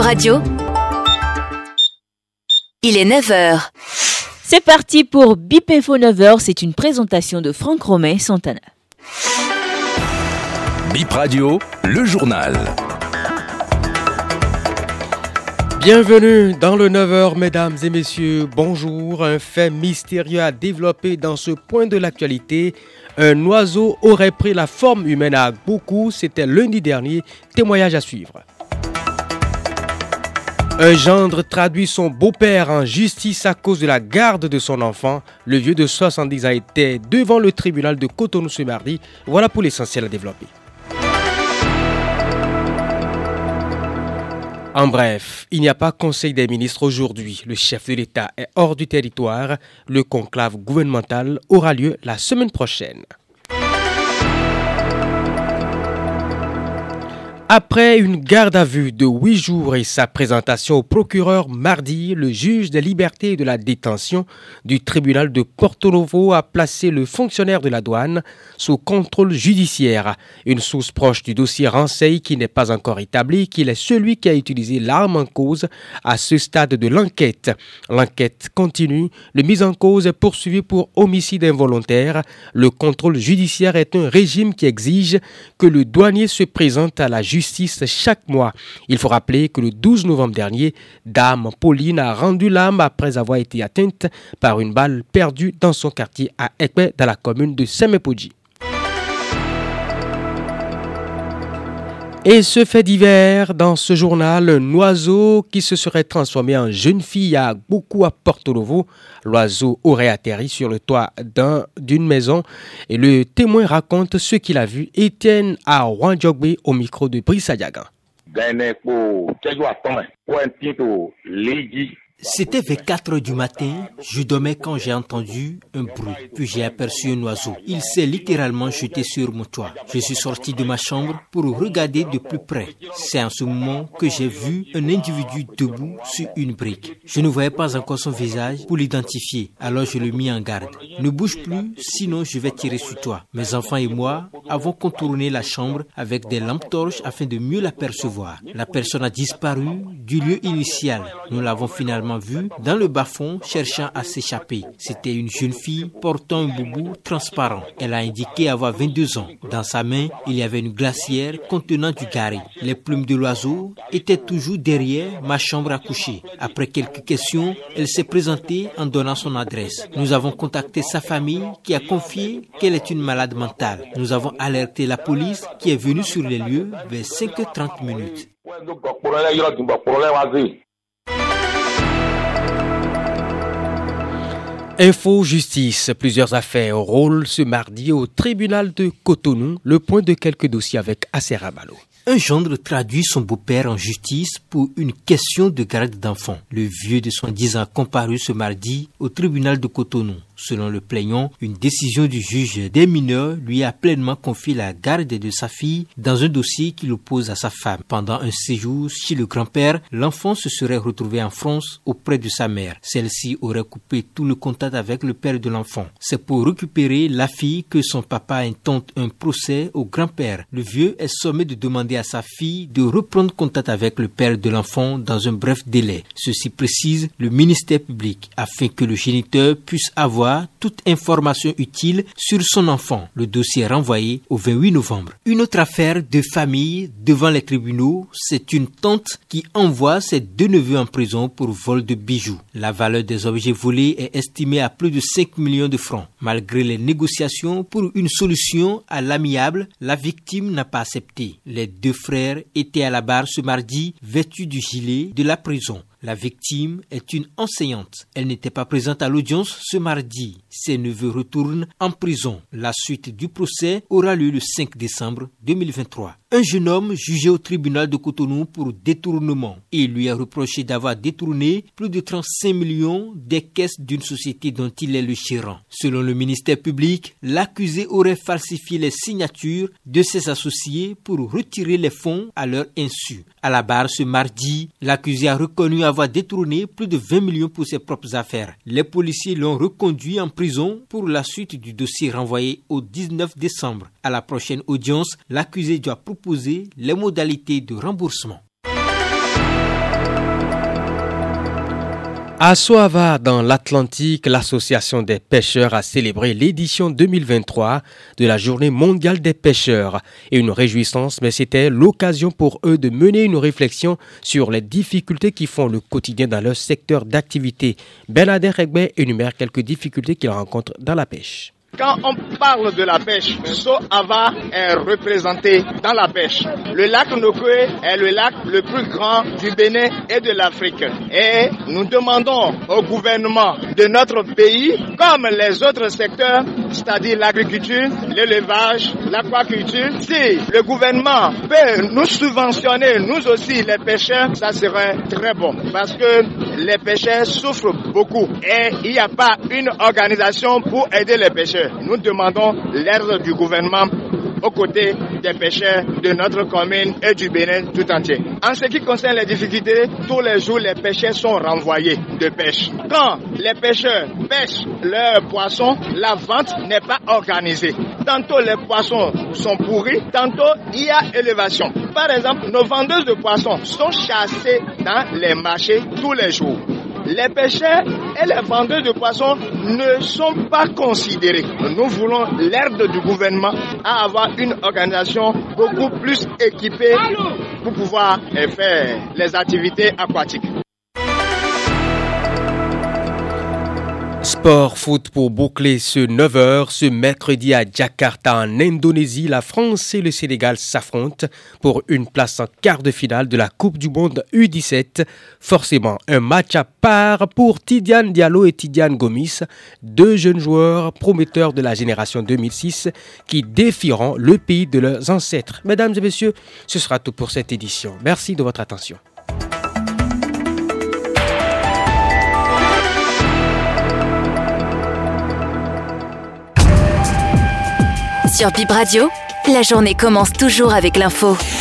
Radio. Il est 9h. C'est parti pour BIP Info 9h. C'est une présentation de Franck Romet, Santana. BIP Radio, le journal. Bienvenue dans le 9h, mesdames et messieurs. Bonjour. Un fait mystérieux a développé dans ce point de l'actualité. Un oiseau aurait pris la forme humaine à Agbokou. C'était lundi dernier. Témoignage à suivre. Un gendre traduit son beau-père en justice à cause de la garde de son enfant. Le vieux de 70 ans était devant le tribunal de Cotonou ce mardi. Voilà pour l'essentiel à développer. En bref, il n'y a pas conseil des ministres aujourd'hui. Le chef de l'État est hors du territoire. Le conclave gouvernemental aura lieu la semaine prochaine. Après une garde à vue de 8 jours et sa présentation au procureur mardi, le juge des libertés et de la détention du tribunal de Porto Novo a placé le fonctionnaire de la douane sous contrôle judiciaire. Une source proche du dossier renseigne qui n'est pas encore établie qu'il est celui qui a utilisé l'arme en cause à ce stade de l'enquête. L'enquête continue. Le mis en cause est poursuivi pour homicide involontaire. Le contrôle judiciaire est un régime qui exige que le douanier se présente à la justice chaque mois. Il faut rappeler que le 12 novembre dernier, Dame Pauline a rendu l'âme après avoir été atteinte par une balle perdue dans son quartier à Ekwe, dans la commune de Semepoji. Et ce fait divers dans ce journal, un oiseau qui se serait transformé en jeune fille à Agbokou à Porto Novo. L'oiseau aurait atterri sur le toit d'une maison et le témoin raconte ce qu'il a vu. Etienne à Wanjogbe au micro de Brice Adiagan. C'était vers 4 heures du matin, je dormais quand j'ai entendu un bruit, puis j'ai aperçu un oiseau. Il s'est littéralement jeté sur mon toit. Je suis sorti de ma chambre pour regarder de plus près. C'est en ce moment que j'ai vu un individu debout sur une brique. Je ne voyais pas encore son visage pour l'identifier, alors je l'ai mis en garde. Ne bouge plus, sinon je vais tirer sur toi. Mes enfants et moi avons contourné la chambre avec des lampes torches afin de mieux l'apercevoir. La personne a disparu du lieu initial. Nous l'avons finalement vue dans le bas-fond cherchant à s'échapper. C'était une jeune fille portant un boubou transparent. Elle a indiqué avoir 22 ans. Dans sa main, il y avait une glacière contenant du gari. Les plumes de l'oiseau étaient toujours derrière ma chambre à coucher. Après quelques questions, elle s'est présentée en donnant son adresse. Nous avons contacté sa famille qui a confié qu'elle est une malade mentale. Nous avons alerté la police qui est venue sur les lieux vers 5h30 minutes. Info Justice, plusieurs affaires roulent ce mardi au tribunal de Cotonou, le point de quelques dossiers avec Assera Balo. Un gendre traduit son beau-père en justice pour une question de garde d'enfant. Le vieux de 70 ans a comparu ce mardi au tribunal de Cotonou. Selon le plaignant, une décision du juge des mineurs lui a pleinement confié la garde de sa fille dans un dossier qu'il oppose à sa femme. Pendant un séjour chez le grand-père, l'enfant se serait retrouvé en France auprès de sa mère. Celle-ci aurait coupé tout le contact avec le père de l'enfant. C'est pour récupérer la fille que son papa intente un procès au grand-père. Le vieux est sommé de demander à sa fille de reprendre contact avec le père de l'enfant dans un bref délai. Ceci précise le ministère public afin que le géniteur puisse avoir toute information utile sur son enfant. Le dossier est renvoyé au 28 novembre. Une autre affaire de famille devant les tribunaux, c'est une tante qui envoie ses 2 neveux en prison pour vol de bijoux. La valeur des objets volés est estimée à plus de 5 millions de francs. Malgré les négociations pour une solution à l'amiable, la victime n'a pas accepté. Les 2 frères étaient à la barre ce mardi, vêtus du gilet de la prison. La victime est une enseignante. Elle n'était pas présente à l'audience ce mardi. Ses neveux retournent en prison. La suite du procès aura lieu le 5 décembre 2023. Un jeune homme jugé au tribunal de Cotonou pour détournement. Il lui a reproché d'avoir détourné plus de 35 millions des caisses d'une société dont il est le gérant. Selon le ministère public, l'accusé aurait falsifié les signatures de ses associés pour retirer les fonds à leur insu. À la barre ce mardi, l'accusé a reconnu avoir détourné plus de 20 millions pour ses propres affaires. Les policiers l'ont reconduit en prison pour la suite du dossier renvoyé au 19 décembre. À la prochaine audience, l'accusé doit proposer les modalités de remboursement. À Soava, dans l'Atlantique, l'association des pêcheurs a célébré l'édition 2023 de la Journée mondiale des pêcheurs. Et une réjouissance, mais c'était l'occasion pour eux de mener une réflexion sur les difficultés qui font le quotidien dans leur secteur d'activité. Bernadette Regbe énumère quelques difficultés qu'ils rencontrent dans la pêche. Quand on parle de la pêche, Soava est représenté dans la pêche. Le lac Nokwe est le lac le plus grand du Bénin et de l'Afrique. Et nous demandons au gouvernement de notre pays, comme les autres secteurs, c'est-à-dire l'agriculture, l'élevage, l'aquaculture, si le gouvernement peut nous subventionner, nous aussi les pêcheurs, ça serait très bon. Parce que les pêcheurs souffrent beaucoup et il n'y a pas une organisation pour aider les pêcheurs. Nous demandons l'aide du gouvernement aux côtés des pêcheurs de notre commune et du Bénin tout entier. En ce qui concerne les difficultés, tous les jours les pêcheurs sont renvoyés de pêche. Quand les pêcheurs pêchent leurs poissons, la vente n'est pas organisée. Tantôt les poissons sont pourris, tantôt il y a élevation. Par exemple, nos vendeuses de poissons sont chassées dans les marchés tous les jours. Les pêcheurs et les vendeurs de poissons ne sont pas considérés. Nous voulons l'aide du gouvernement à avoir une organisation beaucoup plus équipée pour pouvoir faire les activités aquatiques. Sport foot pour boucler ce 9h. Ce mercredi à Jakarta en Indonésie, la France et le Sénégal s'affrontent pour une place en quart de finale de la Coupe du Monde U17. Forcément, un match à part pour Tidiane Diallo et Tidiane Gomis, deux jeunes joueurs prometteurs de la génération 2006 qui défieront le pays de leurs ancêtres. Mesdames et messieurs, ce sera tout pour cette édition. Merci de votre attention. Sur Bip Radio, la journée commence toujours avec l'info.